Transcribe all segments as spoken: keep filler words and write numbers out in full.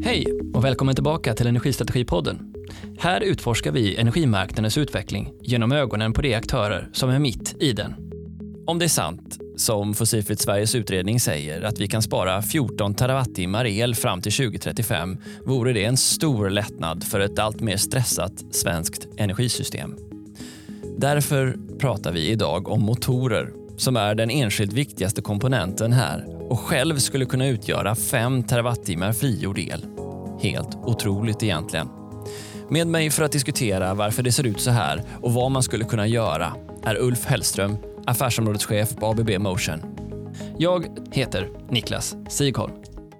Hej och välkommen tillbaka till Energistrategipodden. Här utforskar vi energimarknadens utveckling genom ögonen på de aktörer som är mitt i den. Om det är sant, som Fossilfritt Sveriges utredning säger, att vi kan spara fjorton terawattimmar el fram till tjugo trettiofem, vore det en stor lättnad för ett allt mer stressat svenskt energisystem. Därför pratar vi idag om motorer, som är den enskilt viktigaste komponenten här och själv skulle kunna utgöra fem terawattimmar frigjord el. Helt otroligt egentligen. Med mig för att diskutera varför det ser ut så här och vad man skulle kunna göra är Ulf Hellström, affärsområdeschef på A B B Motion. Jag heter Niklas Sigholm.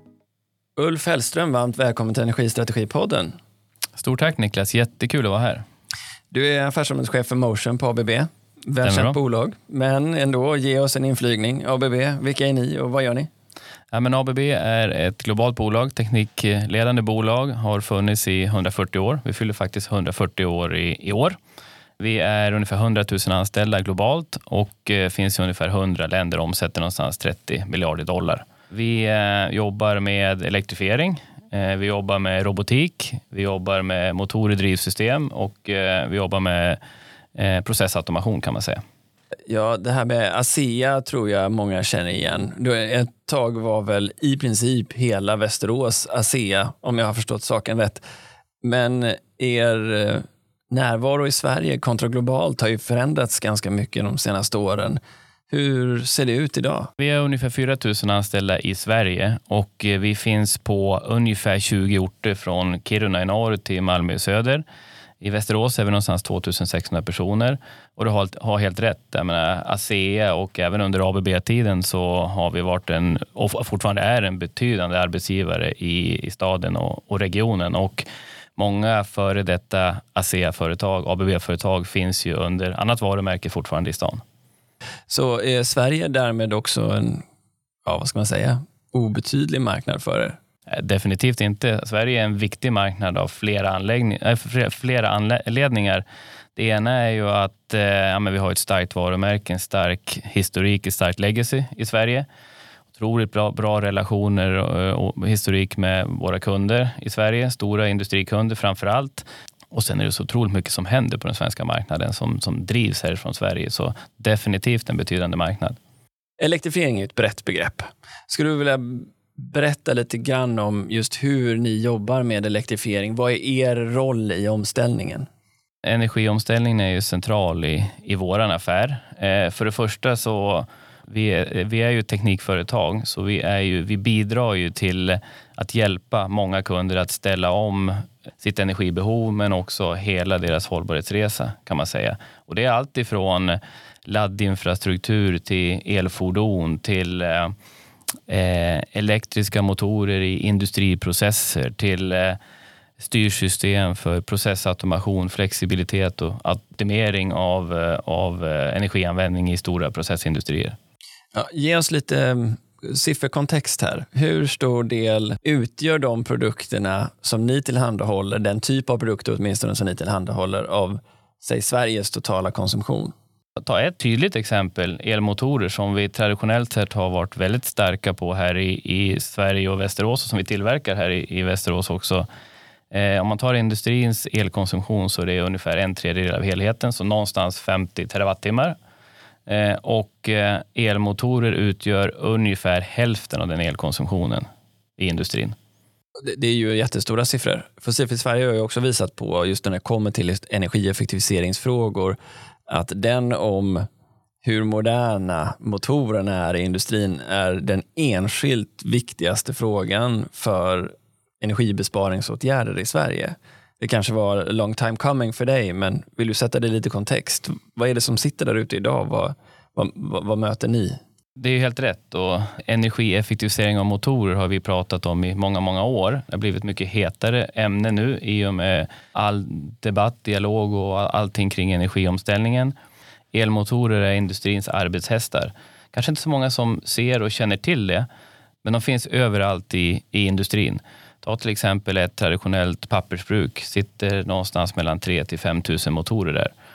Ulf Hellström, varmt välkommen till Energistrategipodden. Stort tack Niklas, jättekul att vara här. Du är affärsområdeschef för Motion på A B B. Välkänt bolag, men ändå ge oss en inflygning. A B B, vilka är ni och vad gör ni? Ja, men A B B är ett globalt bolag, teknikledande bolag, har funnits i hundrafyrtio år. Vi fyller faktiskt hundrafyrtio år i, i år. Vi är ungefär hundratusen anställda globalt och eh, finns i ungefär hundra länder och omsätter någonstans trettio miljarder dollar. Vi eh, jobbar med elektrifiering, eh, vi jobbar med robotik, vi jobbar med motor- och drivsystem och eh, vi jobbar med eh, processautomation kan man säga. Ja, det här med ASEA tror jag många känner igen. Ett tag var väl i princip hela Västerås ASEA, om jag har förstått saken rätt. Men er närvaro i Sverige kontra globalt har ju förändrats ganska mycket de senaste åren. Hur ser det ut idag? Vi är ungefär fyra tusen anställda i Sverige och vi finns på ungefär tjugo orter från Kiruna i norr till Malmö i söder. I Västerås är vi någonstans tvåtusensexhundra personer och du har, har helt rätt. Jag menar, ASEA och även under A B B-tiden så har vi varit en, och fortfarande är en betydande arbetsgivare i, i staden och, och regionen. Och många före detta ASEA-företag, A B B-företag finns ju under annat varumärke fortfarande i stan. Så är Sverige därmed också en, ja vad ska man säga, obetydlig marknad för er? Definitivt inte. Sverige är en viktig marknad av flera, anläggningar, flera anledningar. Det ena är ju att eh, ja, men vi har ett starkt varumärke, en stark historik, ett starkt legacy i Sverige. Otroligt bra, bra relationer och, och historik med våra kunder i Sverige, stora industrikunder framför allt. Och sen är det så otroligt mycket som händer på den svenska marknaden som, som drivs här från Sverige. Så definitivt en betydande marknad. Elektrifiering är ett brett begrepp. Skulle du vilja berätta lite grann om just hur ni jobbar med elektrifiering? Vad är er roll i omställningen? Energiomställningen är ju central i, i våran affär. Eh, för det första så vi är, vi är ju ett teknikföretag så vi, är ju, vi bidrar ju till att hjälpa många kunder att ställa om sitt energibehov men också hela deras hållbarhetsresa kan man säga. Och det är allt ifrån laddinfrastruktur till elfordon till eh, Eh, elektriska motorer i industriprocesser till eh, styrsystem för processautomation, flexibilitet och optimering av, eh, av eh, energianvändning i stora processindustrier. Ja, ge oss lite um, sifferkontext här. Hur stor del utgör de produkterna som ni tillhandahåller, den typ av produkter åtminstone som ni tillhandahåller av säg, Sveriges totala konsumtion? Ta ett tydligt exempel, elmotorer som vi traditionellt sett har varit väldigt starka på här i, i Sverige och Västerås och som vi tillverkar här i, i Västerås också. Eh, om man tar industrins elkonsumtion så är det ungefär en tredjedel av helheten, så någonstans femtio terawattimmar. Eh, och eh, elmotorer utgör ungefär hälften av den elkonsumtionen i industrin. Det, det är ju jättestora siffror. Fossilfritt Sverige har ju också visat på just när det kommer till energieffektiviseringsfrågor att den om hur moderna motorerna är i industrin är den enskilt viktigaste frågan för energibesparingsåtgärder i Sverige. Det kanske var long time coming för dig, men vill du sätta det lite i kontext? Vad är det som sitter där ute idag? Vad, vad, vad, vad möter ni? Det är helt rätt och energieffektivisering av motorer har vi pratat om i många, många år. Det har blivit mycket hetare ämne nu i och med all debatt, dialog och allting kring energiomställningen. Elmotorer är industrins arbetshästar. Kanske inte så många som ser och känner till det, men de finns överallt i, i industrin. Ta till exempel ett traditionellt pappersbruk, sitter någonstans mellan tre till fem tusen motorer där.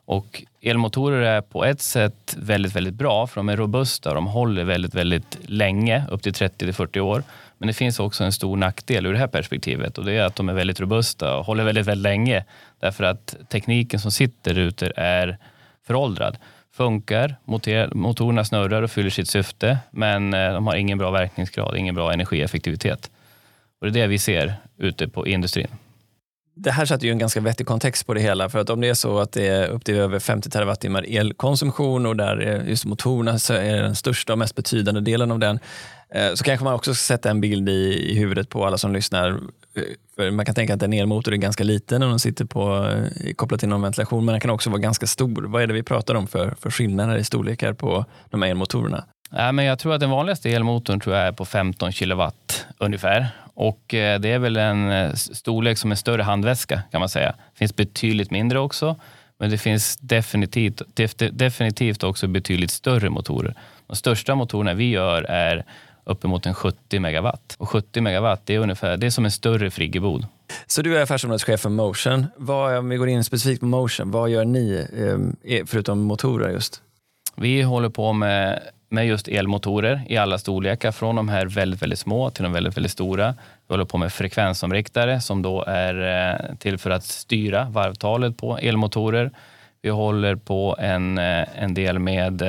Och elmotorer är på ett sätt väldigt, väldigt bra för de är robusta och de håller väldigt, väldigt länge, upp till trettio till fyrtio år. Men det finns också en stor nackdel ur det här perspektivet och det är att de är väldigt robusta och håller väldigt, väldigt länge därför att tekniken som sitter ute är föråldrad. Funkar, motor, motorerna snurrar och fyller sitt syfte men de har ingen bra verkningsgrad, ingen bra energieffektivitet. Och det är det vi ser ute på industrin. Det här sätter ju en ganska vettig kontext på det hela, för att om det är så att det är upp till över femtio terawattimmar elkonsumtion och där är just motorerna så är den största och mest betydande delen av den, så kanske man också sätta en bild i, i huvudet på alla som lyssnar. För man kan tänka att en elmotor är ganska liten och den sitter på, kopplat till någon ventilation, men den kan också vara ganska stor. Vad är det vi pratar om för, för skillnader i storlekar på de här elmotorerna? Ja, men jag tror att den vanligaste elmotorn tror jag är på femton kilowatt ungefär. Och det är väl en storlek som en större handväska kan man säga. Det finns betydligt mindre också. Men det finns definitivt, definitivt också betydligt större motorer. De största motorerna vi gör är uppemot en sjuttio megawatt. Och sjuttio megawatt det är ungefär det är som en större friggebod. Så du är affärsområdeschef för Motion. Vad, om vi går in specifikt på Motion, vad gör ni förutom motorer just? Vi håller på med, med just elmotorer i alla storlekar. Från de här väldigt, väldigt små till de väldigt, väldigt stora. Vi håller på med frekvensomriktare som då är till för att styra varvtalet på elmotorer. Vi håller på en, en del med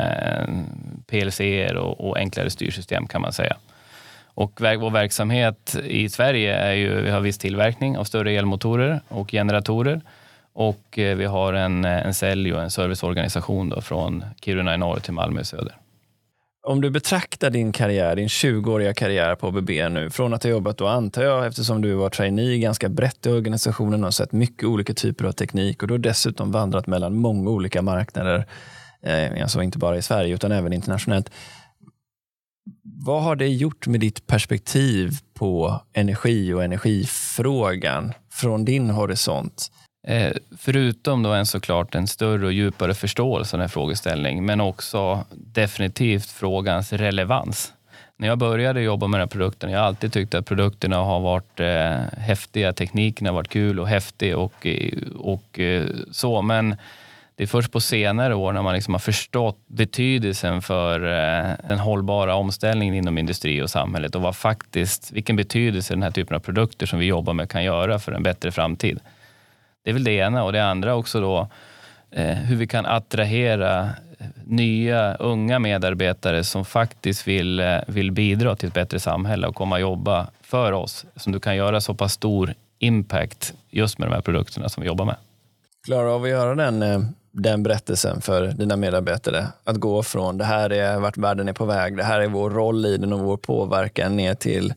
P L C och, och enklare styrsystem kan man säga. Och vår verksamhet i Sverige är ju, vi har viss tillverkning av större elmotorer och generatorer. Och vi har en, en sälj och en serviceorganisation då från Kiruna i norr till Malmö i söder. Om du betraktar din karriär, din tjugoåriga karriär på A B B nu, från att ha jobbat då antar jag, eftersom du var trainee ganska brett i organisationen och sett mycket olika typer av teknik och då dessutom vandrat mellan många olika marknader, eh, alltså inte bara i Sverige utan även internationellt. Vad har det gjort med ditt perspektiv på energi och energifrågan från din horisont? Eh, förutom då en såklart en större och djupare förståelse av den här frågeställningen, men också definitivt frågans relevans. När jag började jobba med den här produkten, jag har alltid tyckt att produkterna har varit eh, häftiga, tekniken har varit kul och häftig och, och eh, så, men det är först på senare år när man liksom har förstått betydelsen för eh, den hållbara omställningen inom industri och samhället och vad faktiskt, vilken betydelse den här typen av produkter som vi jobbar med kan göra för en bättre framtid. Det är väl det ena, och det andra också då eh, hur vi kan attrahera nya unga medarbetare som faktiskt vill, eh, vill bidra till ett bättre samhälle och komma och jobba för oss, som du kan göra så pass stor impact just med de här produkterna som vi jobbar med. Klarar av att göra den, den berättelsen för dina medarbetare, att gå från det här är vart världen är på väg, det här är vår roll i den och vår påverkan ner till,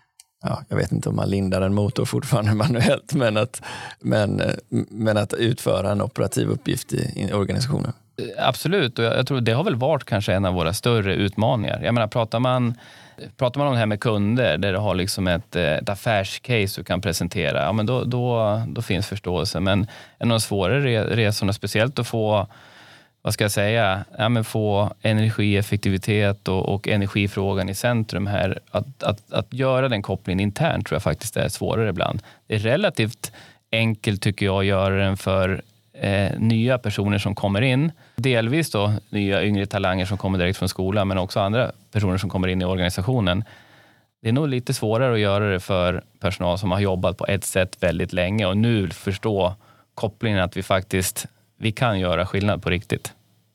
ja, jag vet inte om man lindar en motor fortfarande manuellt, men att, men, men att utföra en operativ uppgift i, i organisationen. Absolut, och jag, jag tror det har väl varit kanske en av våra större utmaningar. Jag menar, pratar man, pratar man om det här med kunder där du har liksom ett, ett affärscase du kan presentera, ja men då, då, då finns förståelse. Men en av de svårare resorna, speciellt att få, vad ska jag säga, ja, men få energieffektivitet och, och energifrågan i centrum här. Att, att, att göra den kopplingen internt tror jag faktiskt är svårare ibland. Det är relativt enkelt tycker jag att göra den för eh, nya personer som kommer in. Delvis då nya yngre talanger som kommer direkt från skolan, men också andra personer som kommer in i organisationen. Det är nog lite svårare att göra det för personal som har jobbat på ett sätt väldigt länge och nu förstå kopplingen att vi faktiskt vi kan göra skillnad på riktigt.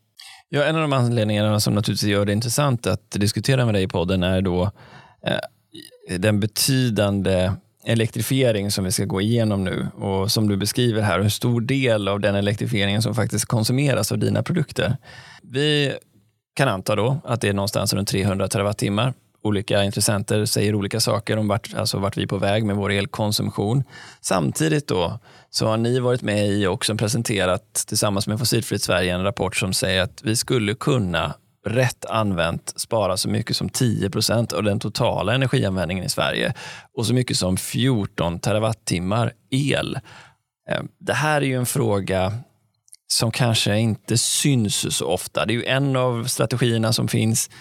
Ja, en av de anledningarna som naturligtvis gör det intressant att diskutera med dig i podden är då eh, den betydande elektrifiering som vi ska gå igenom nu och som du beskriver här, hur stor del av den elektrifieringen som faktiskt konsumeras av dina produkter. Vi kan anta då att det är någonstans runt trehundra terawattimmar. Olika intressenter säger olika saker om vart, alltså vart vi är på väg med vår elkonsumtion. Samtidigt då så har ni varit med i och också presenterat tillsammans med Fossilfritt Sverige en rapport som säger att vi skulle kunna rätt använt spara så mycket som tio procent av den totala energianvändningen i Sverige och så mycket som fjorton terawattimmar el. Det här är ju en fråga som kanske inte syns så ofta. Det är ju en av strategierna som finns.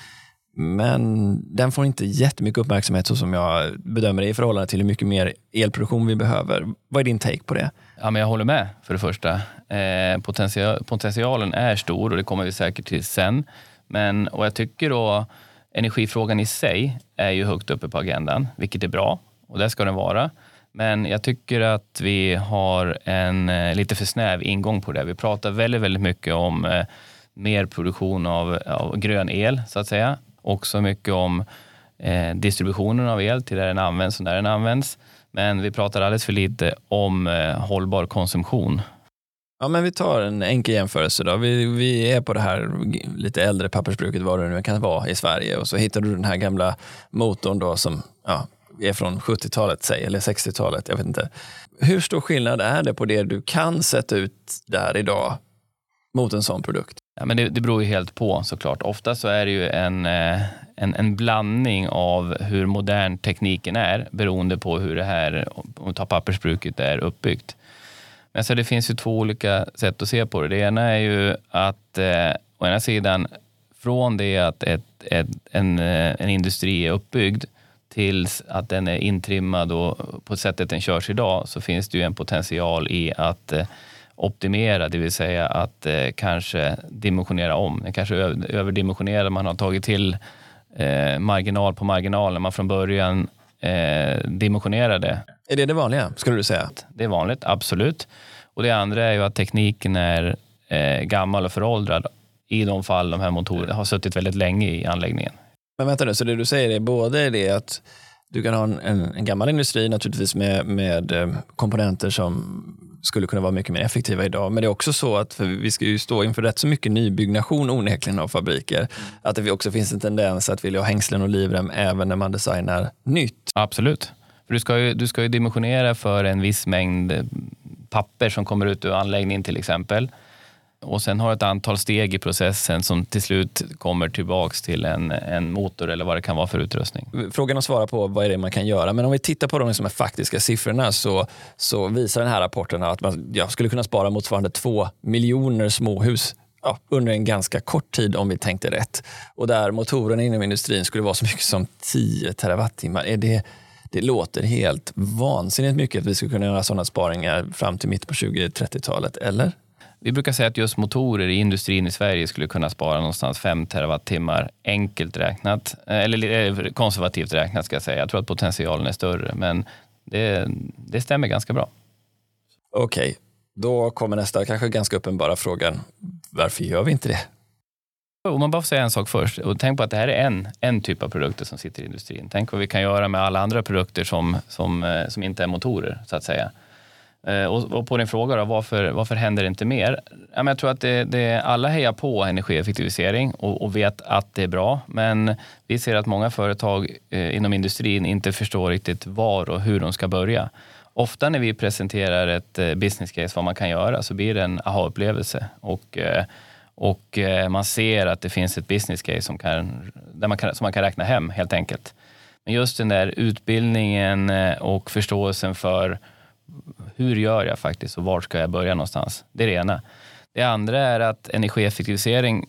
Men den får inte jättemycket uppmärksamhet så som jag bedömer det i förhållande till hur mycket mer elproduktion vi behöver. Vad är din take på det? Ja, men jag håller med för det första. Eh, potential, potentialen är stor och det kommer vi säkert till sen. Men, och jag tycker då energifrågan i sig är ju högt uppe på agendan, vilket är bra och det ska den vara. Men jag tycker att vi har en eh, lite för snäv ingång på det. Vi pratar väldigt, väldigt mycket om eh, mer produktion av, av grön el så att säga. Också mycket om eh, distributionen av el till där den används och när den används. Men vi pratar alldeles för lite om eh, hållbar konsumtion. Ja, men vi tar en enkel jämförelse då. Vi, vi är på det här lite äldre pappersbruket, vad det nu kan vara i Sverige. Och så hittar du den här gamla motorn då som ja, är från sjuttiotalet, säg, eller sextiotalet, jag vet inte. Hur stor skillnad är det på det du kan sätta ut där idag mot en sån produkt? Ja, men det, det beror ju helt på såklart. Ofta så är det ju en, en, en blandning av hur modern tekniken är beroende på hur det här, om vi tar pappersbruket, är uppbyggt. Men så det finns ju två olika sätt att se på det. Det ena är ju att eh, å ena sidan från det att ett, ett, en, en industri är uppbyggd tills att den är intrimmad och på sättet den körs idag, så finns det ju en potential i att eh, optimera, det vill säga att eh, kanske dimensionera om. Det kanske över, överdimensionerar, man har tagit till eh, marginal på marginal när man från början eh, dimensionerade. Är det det vanliga, skulle du säga? Det är vanligt, absolut. Och det andra är ju att tekniken är eh, gammal och föråldrad i de fall de här motorerna har suttit väldigt länge i anläggningen. Men vänta nu, så det du säger är både det att du kan ha en, en, en gammal industri naturligtvis med, med komponenter som skulle kunna vara mycket mer effektiva idag. Men det är också så att för vi ska ju stå inför rätt så mycket nybyggnation onekligen av fabriker. Mm. Att det också finns en tendens att vilja ha hängslen och livrem även när man designar nytt. Absolut. För du ska ju, du ska ju dimensionera för en viss mängd papper som kommer ut ur anläggningen till exempel. Och sen har ett antal steg i processen som till slut kommer tillbaks till en, en motor eller vad det kan vara för utrustning. Frågan att svara på vad är det man kan göra. Men om vi tittar på de som är faktiska siffrorna så, så visar den här rapporten att man ja, skulle kunna spara motsvarande två miljoner småhus ja, under en ganska kort tid om vi tänkte rätt. Och där motorerna inom industrin skulle vara så mycket som tio terawattimmar. Är det... Det låter helt vansinnigt mycket att vi skulle kunna göra sådana sparingar fram till mitt på tjugo-trettiotalet, eller? Vi brukar säga att just motorer i industrin i Sverige skulle kunna spara någonstans fem terawattimmar enkelt räknat, eller konservativt räknat ska jag säga. Jag tror att potentialen är större, men det, det stämmer ganska bra. Okej, okay. Då kommer nästa kanske ganska uppenbara frågan. Varför gör vi inte det? Om man bara får säga en sak först, och tänk på att det här är en, en typ av produkter som sitter i industrin. Tänk vad vi kan göra med alla andra produkter som, som, som inte är motorer, så att säga. Och, och på din fråga då, varför, varför händer det inte mer? Ja, men jag tror att det, det, alla hejar på energieffektivisering och, och vet att det är bra. Men vi ser att många företag eh, inom industrin inte förstår riktigt var och hur de ska börja. Ofta när vi presenterar ett eh, business case, vad man kan göra, så blir det en aha-upplevelse. Och... Eh, Och man ser att det finns ett business case som, kan, där man kan, som man kan räkna hem helt enkelt. Men just den där utbildningen och förståelsen för hur gör jag faktiskt och var ska jag börja någonstans. Det är det ena. Det andra är att energieffektivisering,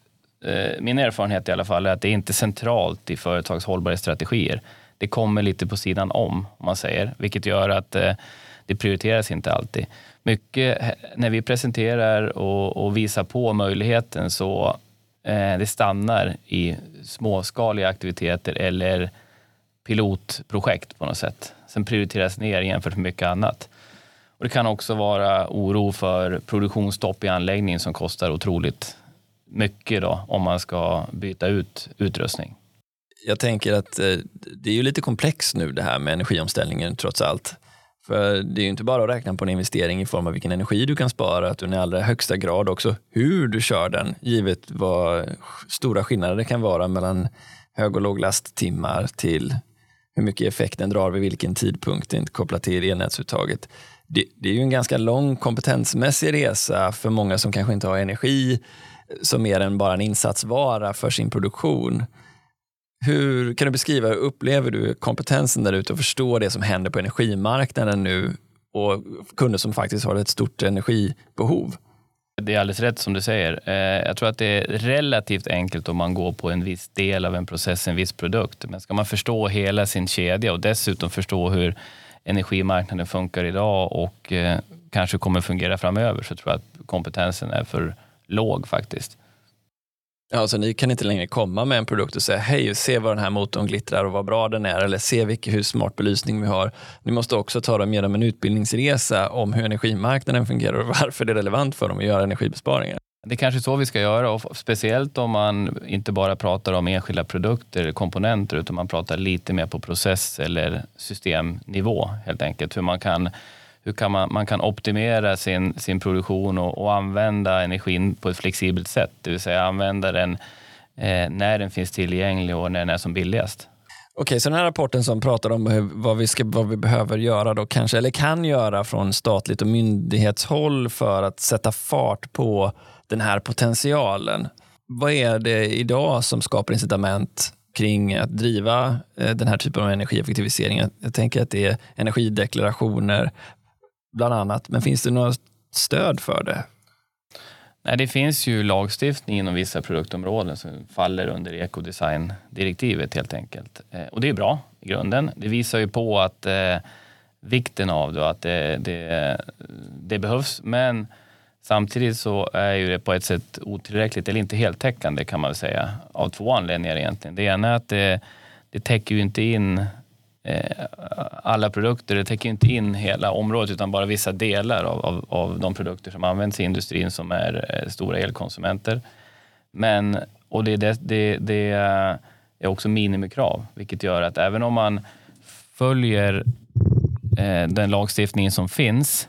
min erfarenhet i alla fall, är att det inte är centralt i företags hållbarhetsstrategier. Det kommer lite på sidan om, om man säger. Vilket gör att det prioriteras inte alltid. Mycket när vi presenterar och, och visar på möjligheten så eh, det stannar i småskaliga aktiviteter eller pilotprojekt på något sätt. Sen prioriteras ner jämfört med mycket annat. Och det kan också vara oro för produktionsstopp i anläggningen som kostar otroligt mycket då, om man ska byta ut utrustning. Jag tänker att eh, det är ju lite komplext nu det här med energiomställningen trots allt. För det är ju inte bara att räkna på en investering i form av vilken energi du kan spara, att du i allra högsta grad också hur du kör den, givet vad stora skillnader det kan vara mellan hög- och låglasttimmar till hur mycket effekt den drar vid vilken tidpunkt, inte kopplat till elnätsuttaget. Det, det är ju en ganska lång kompetensmässig resa för många som kanske inte har energi som mer än bara en insatsvara för sin produktion. Hur kan du beskriva, hur upplever du kompetensen där ute och förstå det som händer på energimarknaden nu och kunder som faktiskt har ett stort energibehov? Det är alldeles rätt som du säger. Jag tror att det är relativt enkelt om man går på en viss del av en process, en viss produkt. Men ska man förstå hela sin kedja och dessutom förstå hur energimarknaden funkar idag och kanske kommer fungera framöver, så tror jag att kompetensen är för låg faktiskt. Ja, alltså ni kan inte längre komma med en produkt och säga hej, se vad den här motorn glittrar och vad bra den är, eller se vilken, hur smart belysning vi har. Ni måste också ta dem genom en utbildningsresa om hur energimarknaden fungerar och varför det är relevant för dem att göra energibesparingar. Det är kanske så vi ska göra, och speciellt om man inte bara pratar om enskilda produkter eller komponenter, utan man pratar lite mer på process- eller systemnivå helt enkelt. Hur man kan, hur kan man, man kan optimera sin, sin produktion och, och använda energin på ett flexibelt sätt. Det vill säga använda den eh, när den finns tillgänglig och när den är som billigast. Okej, så den här rapporten som pratar om vad vi, ska, vad vi behöver göra då kanske, eller kan göra från statligt och myndighetshåll för att sätta fart på den här potentialen. Vad är det idag som skapar incitament kring att driva den här typen av energieffektivisering? Jag tänker att det är energideklarationer bland annat, men finns det något stöd för det? Nej, det finns ju lagstiftning inom vissa produktområden som faller under ekodesigndirektivet helt enkelt. Och det är bra i grunden. Det visar ju på att eh, vikten av det och att det, det, det behövs, men samtidigt så är ju det på ett sätt otillräckligt eller inte helt täckande kan man väl säga, av två anledningar egentligen. Det ena är att det, det täcker ju inte in eh, alla produkter, det täcker inte in hela området utan bara vissa delar av, av, av de produkter som används i industrin som är eh, stora elkonsumenter. Men, och det, det, det, det är också minimikrav, vilket gör att även om man följer eh, den lagstiftningen som finns,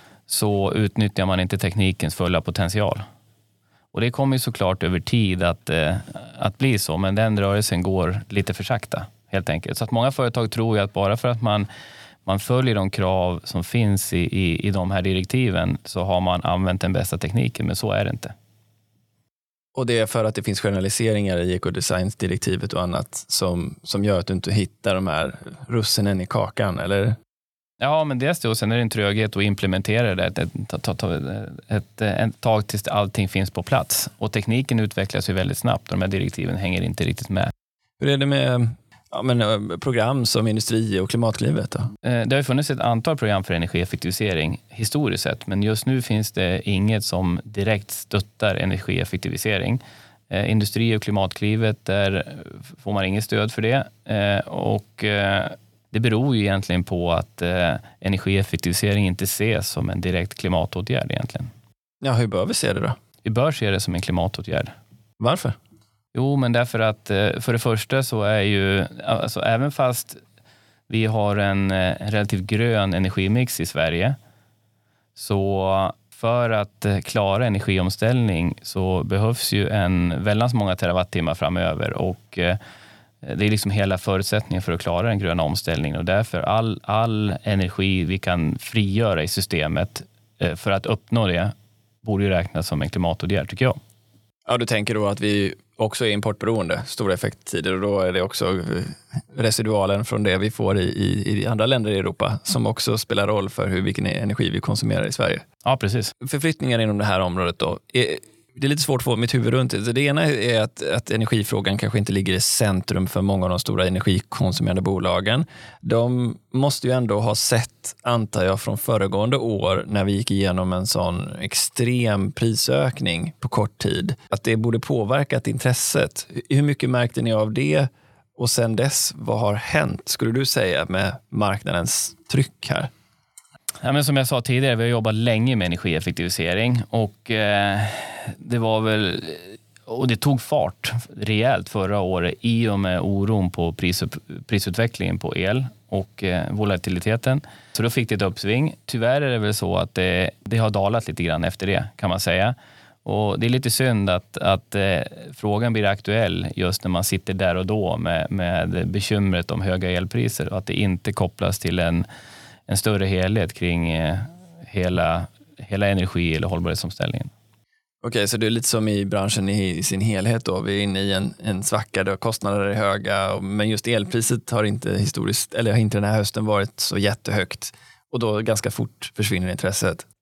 så utnyttjar man inte teknikens fulla potential. Och det kommer ju såklart över tid att, eh, att bli så, men den rörelsen går lite för sakta helt enkelt. Så att många företag tror ju att bara för att man, man följer de krav som finns i, i, i de här direktiven så har man använt den bästa tekniken, men så är det inte. Och det är för att det finns generaliseringar i ekodesigndirektivet och annat som, som gör att du inte hittar de här russinen i kakan, eller? Ja, men dels det, och sen är det en tröghet att implementera det ett, ett, ett, ett, ett tag tills allting finns på plats. Och tekniken utvecklas ju väldigt snabbt och de här direktiven hänger inte riktigt med. Hur är det med ja, men, program som Industri- och Klimatklivet då? Det har ju funnits ett antal program för energieffektivisering historiskt sett, men just nu finns det inget som direkt stöttar energieffektivisering. Industri- och Klimatklivet, där får man inget stöd för det. Och det beror ju egentligen på att eh, energieffektivisering inte ses som en direkt klimatåtgärd egentligen. Ja, hur bör vi se det då? Vi bör se det som en klimatåtgärd. Varför? Jo, men därför att eh, för det första så är ju, alltså även fast vi har en, en relativt grön energimix i Sverige, så för att eh, klara energiomställning så behövs ju en väldigt många terawattimmar framöver, och eh, det är liksom hela förutsättningen för att klara den gröna omställningen, och därför all, all energi vi kan frigöra i systemet för att uppnå det borde ju räknas som en klimatåtgärd, tycker jag. Ja, du tänker då att vi också är importberoende, stora effekttider, och då är det också residualen från det vi får i, i, i andra länder i Europa som också spelar roll för hur vilken energi vi konsumerar i Sverige. Ja, precis. Förflyttningar inom det här området då, är, det är lite svårt att få mitt huvud runt det. Det ena är att, att energifrågan kanske inte ligger i centrum för många av de stora energikonsumerande bolagen. De måste ju ändå ha sett, antar jag, från föregående år när vi gick igenom en sån extrem prisökning på kort tid, att det borde påverkat intresset. Hur mycket märkte ni av det? Och sen dess, vad har hänt, skulle du säga, med marknadens tryck här? Ja, men som jag sa tidigare, vi har jobbat länge med energieffektivisering, och eh, det var väl, och det tog fart rejält förra året i och med oron på prisupp, prisutvecklingen på el och eh, volatiliteten. Så då fick det ett uppsving. Tyvärr är det väl så att det, det har dalat lite grann efter det, kan man säga. Och det är lite synd att, att eh, frågan blir aktuell just när man sitter där och då med, med bekymret om höga elpriser, och att det inte kopplas till en en större helhet kring eh, hela, hela energi- eller hållbarhetsomställningen. Okej, så det är lite som i branschen i, i sin helhet då. Vi är inne i en, en svacka där kostnader är höga, men just elpriset har inte historiskt, eller har inte den här hösten varit så jättehögt, och då ganska fort försvinner intresset.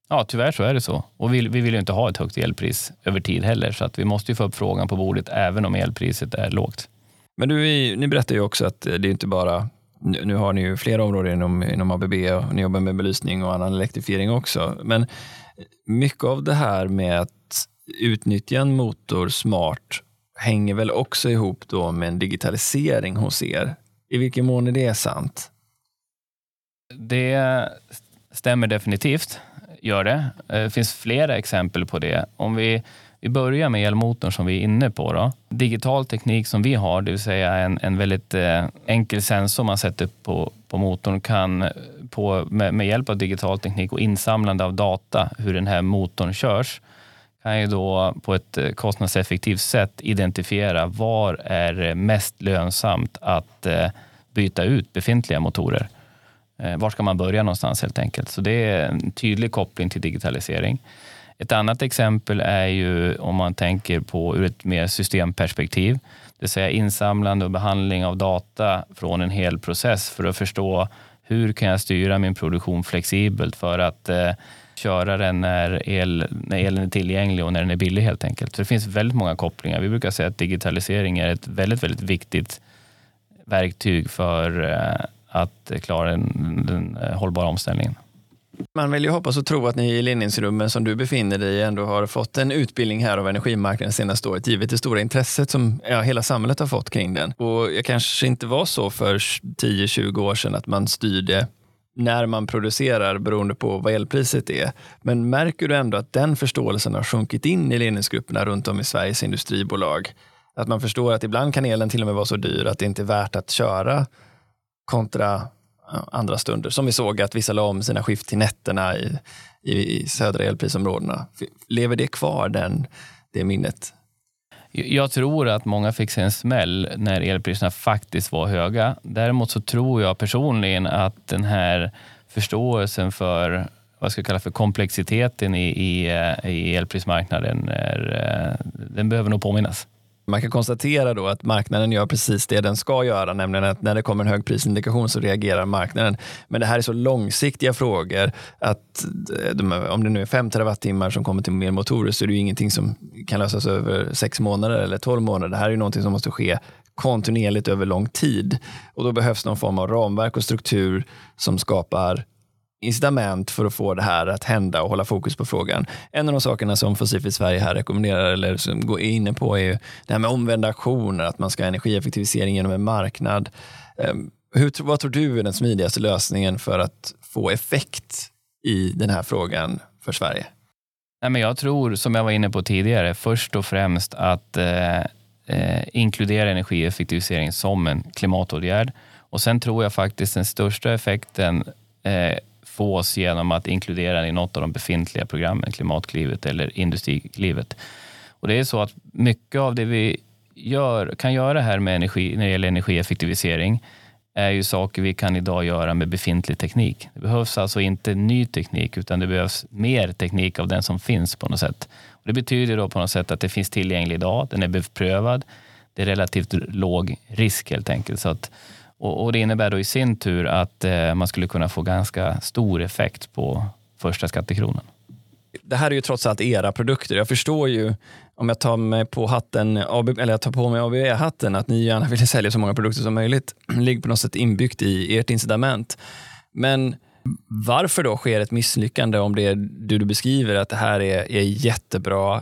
Ja, tyvärr så är det så. Och vi, vi vill ju inte ha ett högt elpris över tid heller. Så att vi måste ju få upp frågan på bordet även om elpriset är lågt. Men du, ni berättar ju också att det är inte bara, nu har ni ju flera områden inom, inom A B B och ni jobbar med belysning och annan elektrifiering också. Men mycket av det här med att utnyttja en motor smart hänger väl också ihop då med en digitalisering hos er. I vilken mån är det sant? Det stämmer definitivt, gör det. Det finns flera exempel på det. Om vi, vi börjar med elmotorn som vi är inne på då. Digital teknik som vi har, det vill säga en, en väldigt eh, enkel sensor man sätter på, på motorn kan på, med, med hjälp av digital teknik och insamlande av data hur den här motorn körs kan ju då på ett kostnadseffektivt sätt identifiera var är det mest lönsamt att eh, byta ut befintliga motorer. Eh, var ska man börja någonstans helt enkelt? Så det är en tydlig koppling till digitalisering. Ett annat exempel är ju om man tänker på ur ett mer systemperspektiv. Det vill säga insamlande och behandling av data från en hel process för att förstå hur kan jag styra min produktion flexibelt för att eh, köra den när, el, när elen är tillgänglig och när den är billig helt enkelt. Så det finns väldigt många kopplingar. Vi brukar säga att digitalisering är ett väldigt, väldigt viktigt verktyg för eh, att klara den, den hållbara omställningen. Man vill ju hoppas och tro att ni i ledningsrummen som du befinner dig i ändå har fått en utbildning här av energimarknaden senaste året, givet det stora intresset som ja, hela samhället har fått kring den. Och jag kanske inte var så för tio tjugo år sedan att man styrde när man producerar beroende på vad elpriset är. Men märker du ändå att den förståelsen har sjunkit in i ledningsgrupperna runt om i Sveriges industribolag? Att man förstår att ibland kan elen till och med vara så dyr att det inte är värt att köra kontra andra stunder. Som vi såg att vissa la om sina skift till nätterna i, i, i södra elprisområdena. Lever det kvar, den, det minnet? Jag tror att många fick sig en smäll när elpriserna faktiskt var höga. Däremot så tror jag personligen att den här förståelsen för vad ska jag kalla för komplexiteten i, i, i elprismarknaden är, den behöver nog påminnas. Man kan konstatera då att marknaden gör precis det den ska göra, nämligen att när det kommer en hög prisindikation så reagerar marknaden. Men det här är så långsiktiga frågor att de, om det nu är fem terawattimmar som kommer till mer motorer så är det ju ingenting som kan lösas över sex månader eller tolv månader. Det här är ju någonting som måste ske kontinuerligt över lång tid. Och då behövs någon form av ramverk och struktur som skapar incitament för att få det här att hända och hålla fokus på frågan. En av de sakerna som Fossilfritt Sverige här rekommenderar eller som går in på är ju det här med omvända aktioner, att man ska ha energieffektivisering genom en marknad. Hur, vad tror du är den smidigaste lösningen för att få effekt i den här frågan för Sverige? Nej, men jag tror, som jag var inne på tidigare, först och främst att eh, eh, inkludera energieffektivisering som en klimatåtgärd. Och sen tror jag faktiskt den största effekten eh, fås genom att inkludera den i något av de befintliga programmen, Klimatklivet eller Industriklivet. Och det är så att mycket av det vi gör, kan göra här med energi, när det gäller energieffektivisering är ju saker vi kan idag göra med befintlig teknik. Det behövs alltså inte ny teknik utan det behövs mer teknik av den som finns på något sätt. Och det betyder då på något sätt att det finns tillgänglig idag, den är beprövad, det är relativt låg risk helt enkelt. Så att Och, och det innebär då i sin tur att eh, man skulle kunna få ganska stor effekt på första skattekronan. Det här är ju trots allt era produkter. Jag förstår ju, om jag tar mig på hatten, eller jag tar på mig A B B-hatten, att ni gärna vill sälja så många produkter som möjligt. Ligger på något sätt inbyggt i ert incitament. Men varför då sker ett misslyckande om det du, du beskriver att det här är, är jättebra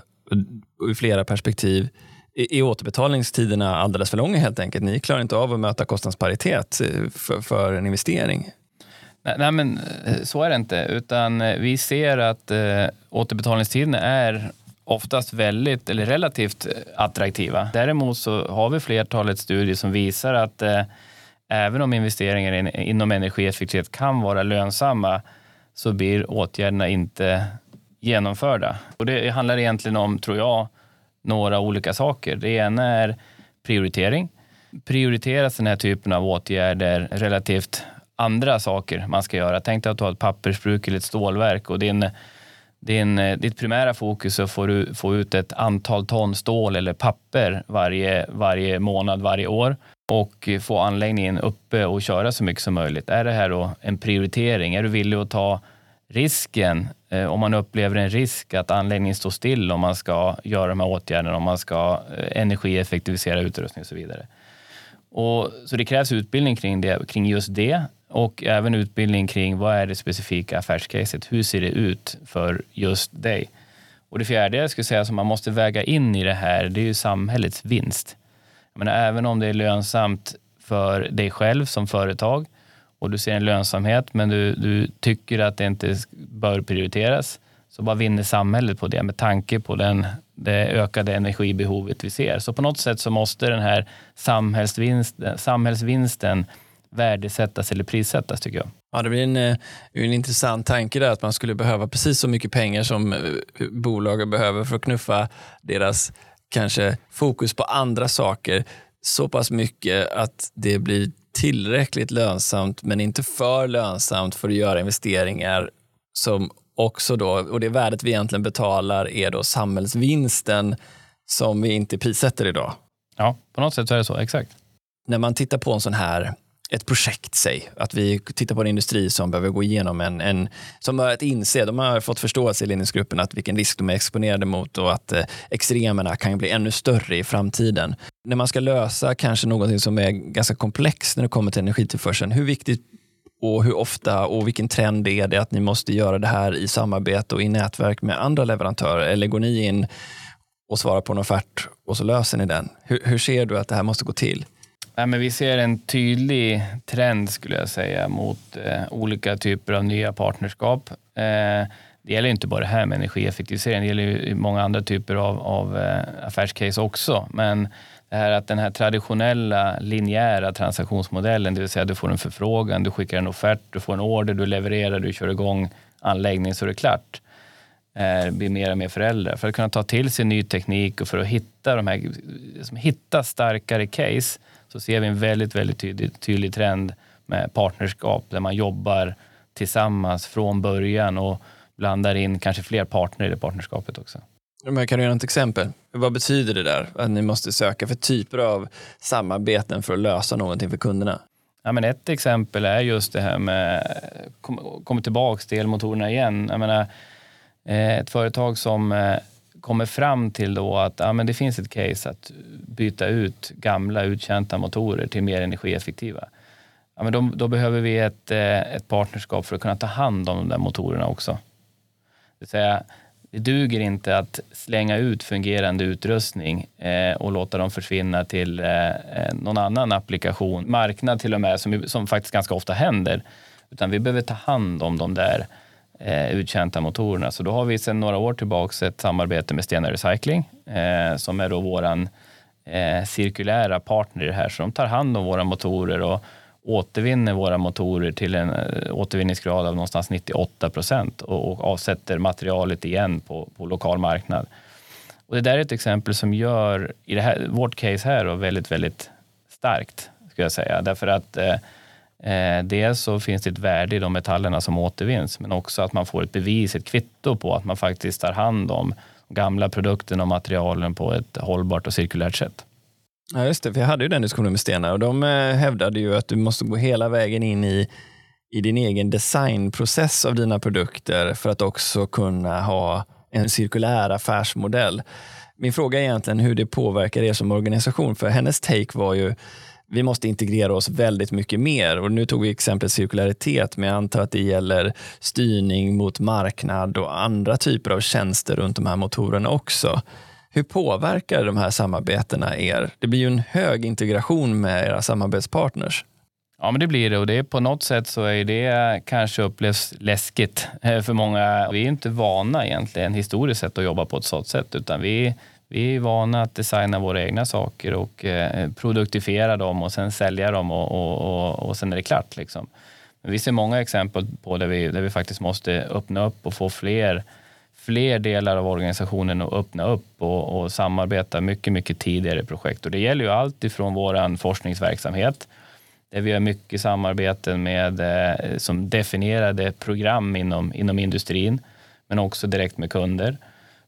ur flera perspektiv? Är återbetalningstiderna alldeles för långa helt enkelt? Ni klarar inte av att möta kostnadsparitet för, för en investering. Nej, nej, men så är det inte. Utan vi ser att eh, återbetalningstiderna är oftast väldigt eller relativt attraktiva. Däremot så har vi flertalet studier som visar att eh, även om investeringar in, inom energieffektivitet kan vara lönsamma så blir åtgärderna inte genomförda. Och det handlar egentligen om, tror jag, några olika saker. Det ena är prioritering. Prioriteras den här typen av åtgärder relativt andra saker man ska göra. Tänk dig att du har ett pappersbruk eller ett stålverk och din, din, ditt primära fokus är att få, få ut ett antal ton stål eller papper varje, varje månad, varje år och få anläggningen uppe och köra så mycket som möjligt. Är det här då en prioritering? Är du villig att ta risken, eh, om man upplever en risk att anläggningen står still om man ska göra de här åtgärderna, om man ska eh, energieffektivisera utrustning och så vidare. Och, så det krävs utbildning kring, det, kring just det och även utbildning kring vad är det specifika affärscaset, hur ser det ut för just dig. Och det fjärde jag skulle säga som man måste väga in i det här, det är ju samhällets vinst. Jag menar, även om det är lönsamt för dig själv som företag och du ser en lönsamhet men du, du tycker att det inte bör prioriteras, så bara vinner samhället på det med tanke på den, det ökade energibehovet vi ser. Så på något sätt så måste den här samhällsvinsten, samhällsvinsten värdesättas eller prissättas, tycker jag. Ja, det blir en, en intressant tanke där att man skulle behöva precis så mycket pengar som bolagen behöver för att knuffa deras kanske fokus på andra saker så pass mycket att det blir tillräckligt lönsamt men inte för lönsamt för att göra investeringar som också då, och det värdet vi egentligen betalar är då samhällsvinsten som vi inte prissätter idag. Ja, på något sätt så är det så, exakt. När man tittar på en sån här ett projekt, säg, att vi tittar på en industri som behöver gå igenom en, en som har att inse, de har fått förståelse i ledningsgruppen att vilken risk de är exponerade mot och att eh, extremerna kan bli ännu större i framtiden. När man ska lösa kanske någonting som är ganska komplext när det kommer till energitillförseln, hur viktigt och hur ofta och vilken trend är det att ni måste göra det här i samarbete och i nätverk med andra leverantörer, eller går ni in och svarar på en offert och så löser ni den? Hur, hur ser du att det här måste gå till? Ja, men vi ser en tydlig trend, skulle jag säga, mot eh, olika typer av nya partnerskap. Eh, det gäller inte bara det här med energieffektivisering, det gäller ju många andra typer av, av eh, affärscase också. Men det här att den här traditionella linjära transaktionsmodellen, det vill säga du får en förfrågan, du skickar en offert, du får en order, du levererar, du kör igång anläggningen så är det klart. Eh, blir mer och mer föräldrar. För att kunna ta till sig ny teknik och för att hitta, de här, liksom, hitta starkare case, så ser vi en väldigt, väldigt tydlig, tydlig trend med partnerskap där man jobbar tillsammans från början och blandar in kanske fler partner i det partnerskapet också. Men kan du ge ett exempel? Vad betyder det där? Att ni måste söka för typer av samarbeten för att lösa någonting för kunderna? Ja, men ett exempel är just det här med, kommer tillbaka till elmotorerna igen. Jag menar, ett företag som kommer fram till då att ja, men det finns ett case att byta ut gamla uttjänta motorer till mer energieffektiva. Ja, men då, då behöver vi ett, ett partnerskap för att kunna ta hand om de där motorerna också. Det vill säga, det duger inte att slänga ut fungerande utrustning eh, och låta dem försvinna till eh, någon annan applikation, marknad till och med, som, som faktiskt ganska ofta händer. Utan vi behöver ta hand om de där Eh, uttjänta motorerna. Så då har vi sedan några år tillbaka ett samarbete med Stena Recycling eh, som är då våran eh, cirkulära partner i det här. Så de tar hand om våra motorer och återvinner våra motorer till en eh, återvinningsgrad av någonstans nittioåtta procent och, och avsätter materialet igen på, på lokal marknad. Och det där är ett exempel som gör i det här, vårt case här då, väldigt, väldigt starkt, skulle jag säga. Därför att eh, Eh, dels så finns det ett värde i de metallerna som återvinns, men också att man får ett bevis, ett kvitto på att man faktiskt tar hand om gamla produkterna och materialen på ett hållbart och cirkulärt sätt. Ja, just det, för jag hade ju den diskussionen med Stena och de eh, hävdade ju att du måste gå hela vägen in i, i din egen designprocess av dina produkter för att också kunna ha en cirkulär affärsmodell. Min fråga är egentligen hur det påverkar er som organisation, för hennes take var ju vi måste integrera oss väldigt mycket mer. Och nu tog vi exempel cirkularitet, men jag antar att det gäller styrning mot marknad och andra typer av tjänster runt de här motorerna också. Hur påverkar de här samarbetena er? Det blir ju en hög integration med era samarbetspartners. Ja, men det blir det, och det är på något sätt så är det kanske upplevs läskigt för många. Vi är inte vana egentligen historiskt sett att jobba på ett sådant sätt, utan vi Vi är vana att designa våra egna saker och eh, produktifiera dem och sen sälja dem och, och, och, och sen är det klart. Liksom. Men vi ser många exempel på där vi, där vi faktiskt måste öppna upp och få fler, fler delar av organisationen att öppna upp och, och samarbeta mycket, mycket tidigare i projekt. Och det gäller ju allt ifrån vår forskningsverksamhet där vi har mycket samarbeten med eh, som definierade program inom, inom industrin, men också direkt med kunder.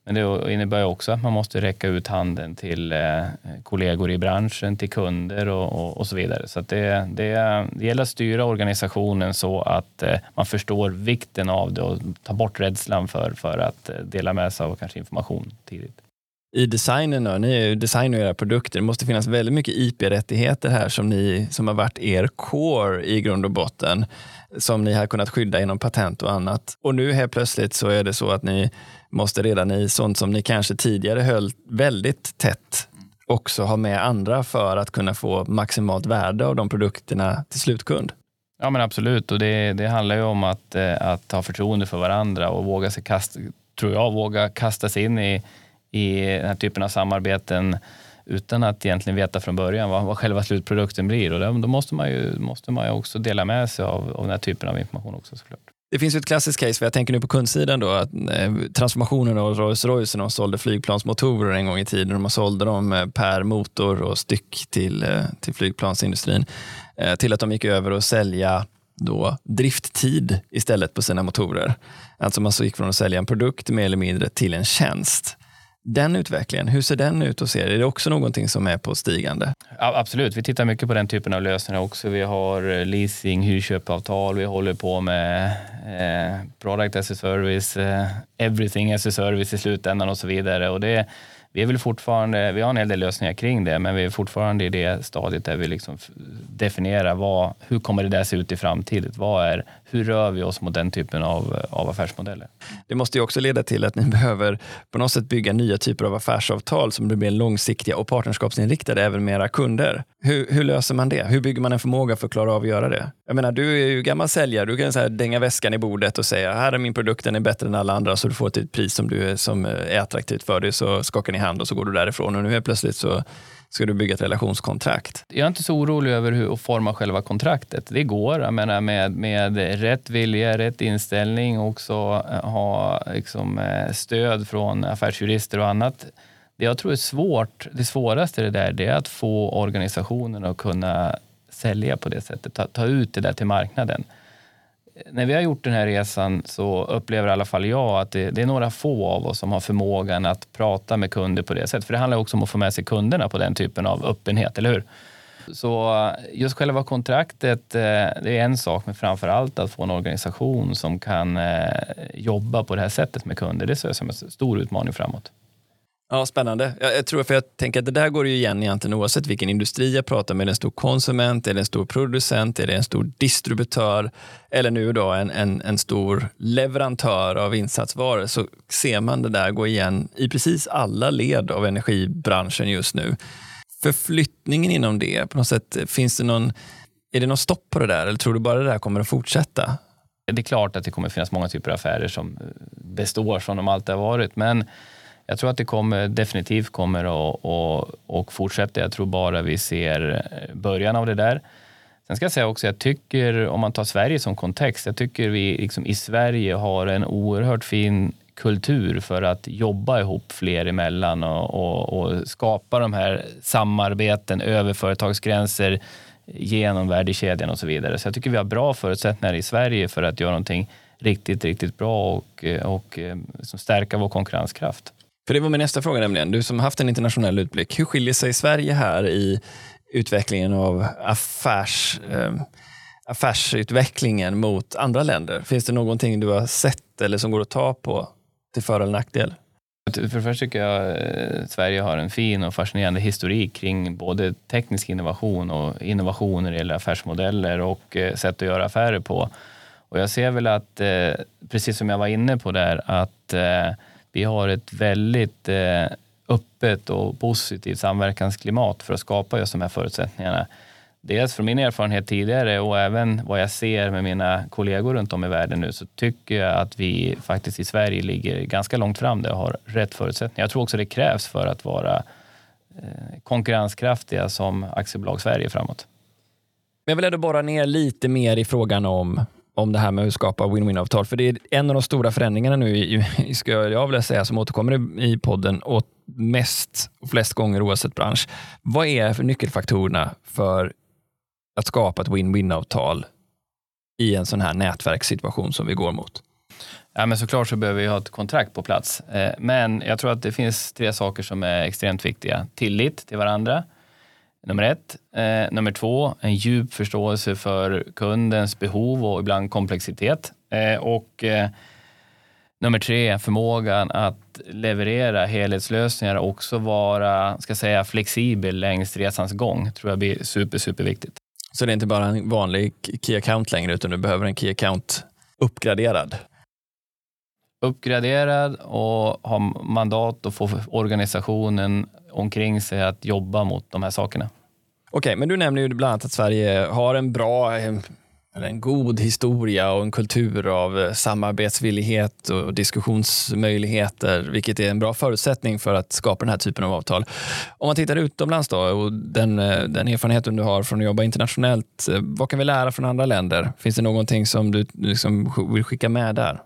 Men det innebär också att man måste räcka ut handen till eh, kollegor i branschen, till kunder och, och, och så vidare. Så att det, det, det gäller att styra organisationen så att eh, man förstår vikten av det och ta bort rädslan för, för att dela med sig av kanske information tidigt. I designen då, ni är ju designer era produkter. Det måste finnas väldigt mycket I P-rättigheter här som, ni, som har varit er core i grund och botten. Som ni har kunnat skydda inom patent och annat. Och nu helt plötsligt så är det så att ni måste redan i sånt som ni kanske tidigare höll väldigt tätt också ha med andra för att kunna få maximalt värde av de produkterna till slutkund. Ja men absolut, och det, det handlar ju om att, att ha förtroende för varandra och våga sig kasta, tror jag, våga kasta sig in i, i den här typen av samarbeten utan att egentligen veta från början vad, vad själva slutprodukten blir. Och då måste man ju, måste man ju också dela med sig av, av den här typen av information också såklart. Det finns ju ett klassiskt case, för jag tänker nu på kundsidan då, att eh, transformationen av Rolls-Royce, de sålde flygplansmotorer en gång i tiden, de sålde dem per motor och styck till, eh, till flygplansindustrin, eh, till att de gick över och sälja då drifttid istället på sina motorer. Alltså man så gick från att sälja en produkt mer eller mindre till en tjänst. Den utvecklingen, hur ser den ut och ser? Är det också någonting som är på stigande? Ja, absolut, vi tittar mycket på den typen av lösningar också. Vi har leasing, hyrköpavtal, vi håller på med eh, product as a service, eh, everything as a service i slutändan och så vidare. Och det, vi är väl fortfarande, vi har en hel del lösningar kring det, men vi är fortfarande i det stadiet där vi liksom definierar vad, hur kommer det där se ut i framtiden? Vad är, hur rör vi oss mot den typen av, av affärsmodeller? Det måste ju också leda till att ni behöver på något sätt bygga nya typer av affärsavtal som blir mer långsiktiga och partnerskapsinriktade även med era kunder. Hur, hur löser man det? Hur bygger man en förmåga för att klara av att göra det? Jag menar, du är ju gammal säljare. Du kan så här dänga väskan i bordet och säga här är min produkt, den är bättre än alla andra, så du får ett pris som, du är, som är attraktivt för dig, så skakar ni hand och så går du därifrån. Och nu är plötsligt så ska du bygga ett relationskontrakt. Jag är inte så orolig över hur att forma själva kontraktet. Det går, jag menar, med, med rätt vilja, rätt inställning och också ha liksom, stöd från affärsjurister och annat. Det jag tror är svårt, det svåraste det där, det är att få organisationen att kunna sälja på det sättet, ta, ta ut det där till marknaden. När vi har gjort den här resan så upplever i alla fall jag att det, det är några få av oss som har förmågan att prata med kunder på det sättet. För det handlar också om att få med sig kunderna på den typen av öppenhet, eller hur? Så just själva kontraktet, det är en sak, men framför allt att få en organisation som kan jobba på det här sättet med kunder. Det ser jag som en stor utmaning framåt. Ja, spännande. Jag, jag tror för jag tänker att det där går ju igen egentligen oavsett vilken industri jag pratar med. Är det en stor konsument, är det en stor producent, är det en stor distributör eller nu då en, en, en stor leverantör av insatsvaror, så ser man det där gå igen i precis alla led av energibranschen just nu. Förflyttningen inom det, på något sätt, finns det någon, är det någon stopp på det där eller tror du bara det där kommer att fortsätta? Det är klart att det kommer att finnas många typer av affärer som består som de alltid har varit, men jag tror att det kommer, definitivt kommer att och, och fortsätta. Jag tror bara vi ser början av det där. Sen ska jag säga också, jag tycker, om man tar Sverige som kontext, jag tycker vi liksom i Sverige har en oerhört fin kultur för att jobba ihop fler emellan och, och, och skapa de här samarbeten över företagsgränser genom värdekedjan och så vidare. Så jag tycker vi har bra förutsättningar i Sverige för att göra någonting riktigt, riktigt bra och, och liksom stärka vår konkurrenskraft. För det var min nästa fråga nämligen. Du som haft en internationell utblick. Hur skiljer sig Sverige här i utvecklingen av affärs, äh, affärsutvecklingen mot andra länder? Finns det någonting du har sett eller som går att ta på till för eller nackdel? För det första tycker jag att Sverige har en fin och fascinerande historik kring både teknisk innovation och innovationer i affärsmodeller och sätt att göra affärer på. Och jag ser väl att, precis som jag var inne på där, att vi har ett väldigt öppet och positivt samverkansklimat för att skapa just de här förutsättningarna. Dels från min erfarenhet tidigare och även vad jag ser med mina kollegor runt om i världen nu, så tycker jag att vi faktiskt i Sverige ligger ganska långt fram där och har rätt förutsättningar. Jag tror också det krävs för att vara konkurrenskraftiga som aktiebolag Sverige framåt. Men jag vill ändå borra ner lite mer i frågan om om det här med att skapa win-win-avtal. För det är en av de stora förändringarna nu, i, i, ska jag vilja säga, som återkommer i podden och mest och flest gånger oavsett bransch. Vad är för nyckelfaktorerna för att skapa ett win-win-avtal i en sån här nätverkssituation som vi går mot? Ja, men såklart så behöver vi ha ett kontrakt på plats. Men jag tror att det finns tre saker som är extremt viktiga. Tillit till varandra, nummer ett. Nummer två, en djup förståelse för kundens behov och ibland komplexitet. Och nummer tre, förmågan att leverera helhetslösningar och också vara, ska säga, flexibel längs resans gång. Tror jag blir super, super viktigt. Så det är inte bara en vanlig key account längre, utan du behöver en key account uppgraderad? Uppgraderad och ha mandat och få organisationen omkring sig att jobba mot de här sakerna. Okej, men du nämner ju bland annat att Sverige har en bra, eller en god historia och en kultur av samarbetsvillighet och diskussionsmöjligheter, vilket är en bra förutsättning för att skapa den här typen av avtal. Om man tittar utomlands då, och den, den erfarenheten du har från att jobba internationellt, vad kan vi lära från andra länder? Finns det någonting som du liksom vill skicka med där?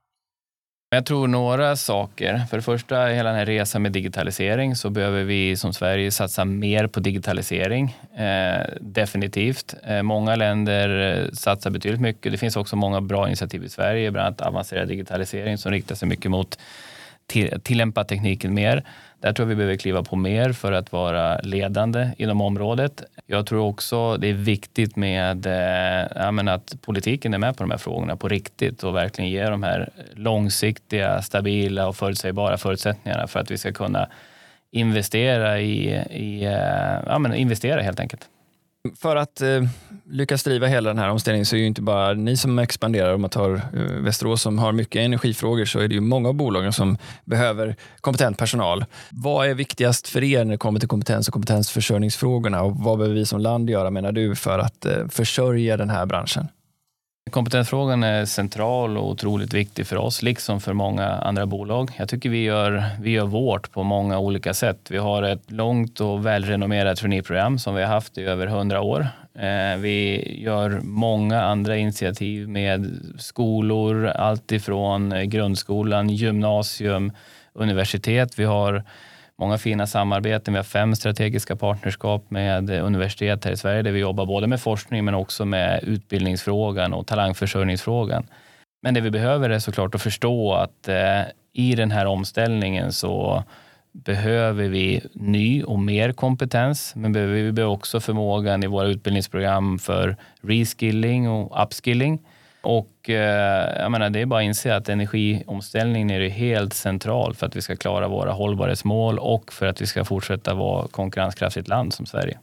Jag tror några saker. För det första, hela den här resan med digitalisering, så behöver vi som Sverige satsa mer på digitalisering. Eh, definitivt. Eh, många länder satsar betydligt mycket. Det finns också många bra initiativ i Sverige, bland annat avancerad digitalisering som riktar sig mycket mot till, tillämpa tekniken mer. Där tror jag vi behöver kliva på mer för att vara ledande inom området. Jag tror också det är viktigt med eh, ja, men att politiken är med på de här frågorna på riktigt och verkligen ger de här långsiktiga, stabila och förutsägbara förutsättningarna för att vi ska kunna investera i, i eh, ja, men investera helt enkelt. För att eh, lyckas driva hela den här omställningen så är ju inte bara ni som expanderar. Om man tar eh, Västerås som har mycket energifrågor, så är det ju många av bolagen som behöver kompetent personal. Vad är viktigast för er när det kommer till kompetens och kompetensförsörjningsfrågorna, och vad behöver vi som land göra, menar du, för att eh, försörja den här branschen? Kompetensfrågan är central och otroligt viktig för oss, liksom för många andra bolag. Jag tycker vi gör, vi gör vårt på många olika sätt. Vi har ett långt och välrenommerat traineeprogram som vi har haft i över hundra år. Eh, vi gör många andra initiativ med skolor, allt ifrån grundskolan, gymnasium, universitet. Vi har många fina samarbeten. Vi har fem strategiska partnerskap med universitet här i Sverige där vi jobbar både med forskning men också med utbildningsfrågan och talangförsörjningsfrågan. Men det vi behöver är såklart att förstå att eh, i den här omställningen så behöver vi ny och mer kompetens, men behöver vi behöver också förmågan i våra utbildningsprogram för reskilling och upskilling. Och eh, jag menar, det är bara att inse att energiomställningen är helt central för att vi ska klara våra hållbarhetsmål och för att vi ska fortsätta vara konkurrenskraftigt land som Sverige.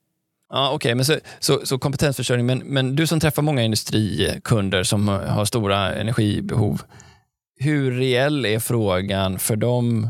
Ja, okej, okay, men så, så, så kompetensförsörjning, men, men du som träffar många industrikunder som har stora energibehov, hur reell är frågan för dem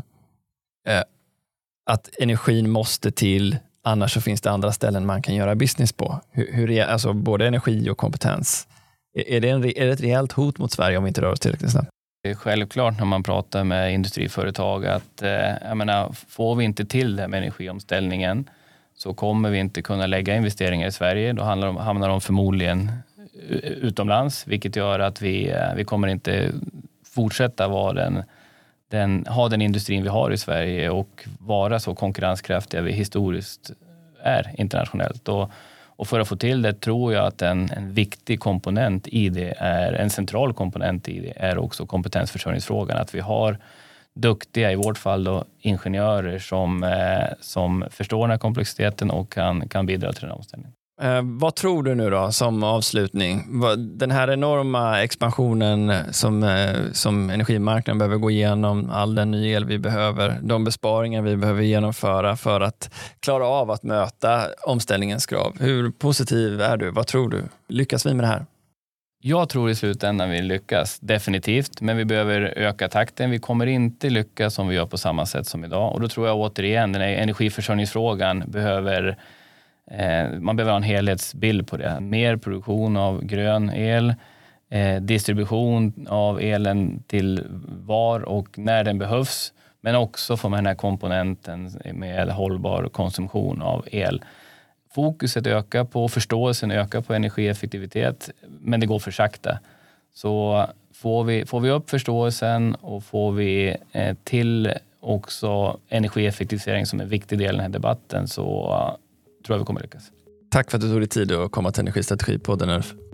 eh, att energin måste till, annars så finns det andra ställen man kan göra business på? Hur, hur, alltså både energi och kompetens. Är det, en, är det ett rejält hot mot Sverige om vi inte rör oss tillräckligt snabbt? Det är självklart när man pratar med industriföretag att eh, jag menar, får vi inte till det med energiomställningen så kommer vi inte kunna lägga investeringar i Sverige. Då handlar de, hamnar de förmodligen utomlands, vilket gör att vi, eh, vi kommer inte fortsätta vara den, den, ha den industrin vi har i Sverige och vara så konkurrenskraftiga vi historiskt är internationellt. Och Och för att få till det tror jag att en, en viktig komponent i det är, en central komponent i det är också kompetensförsörjningsfrågan. Att vi har duktiga, i vårt fall då, ingenjörer som, eh, som förstår den här komplexiteten och kan, kan bidra till den här omställningen. Eh, vad tror du nu då som avslutning? Den här enorma expansionen som, eh, som energimarknaden behöver gå igenom, all den nya el vi behöver, de besparingar vi behöver genomföra för att klara av att möta omställningens krav. Hur positiv är du? Vad tror du? Lyckas vi med det här? Jag tror i slutändan vi lyckas, definitivt. Men vi behöver öka takten. Vi kommer inte lyckas om vi gör på samma sätt som idag. Och då tror jag återigen, den här energiförsörjningsfrågan behöver... Man behöver ha en helhetsbild på det. Mer produktion av grön el, eh, distribution av elen till var och när den behövs, men också få med den här komponenten med hållbar konsumtion av el. Fokuset ökar på, förståelsen ökar på energieffektivitet, men det går för sakta. Så får vi, får vi upp förståelsen och får vi eh, till också energieffektivisering som en viktig del i den här debatten, så tror jag vi kommer lyckas. Tack för att du tog dig tid att komma till Energistrategipodden, Ulf.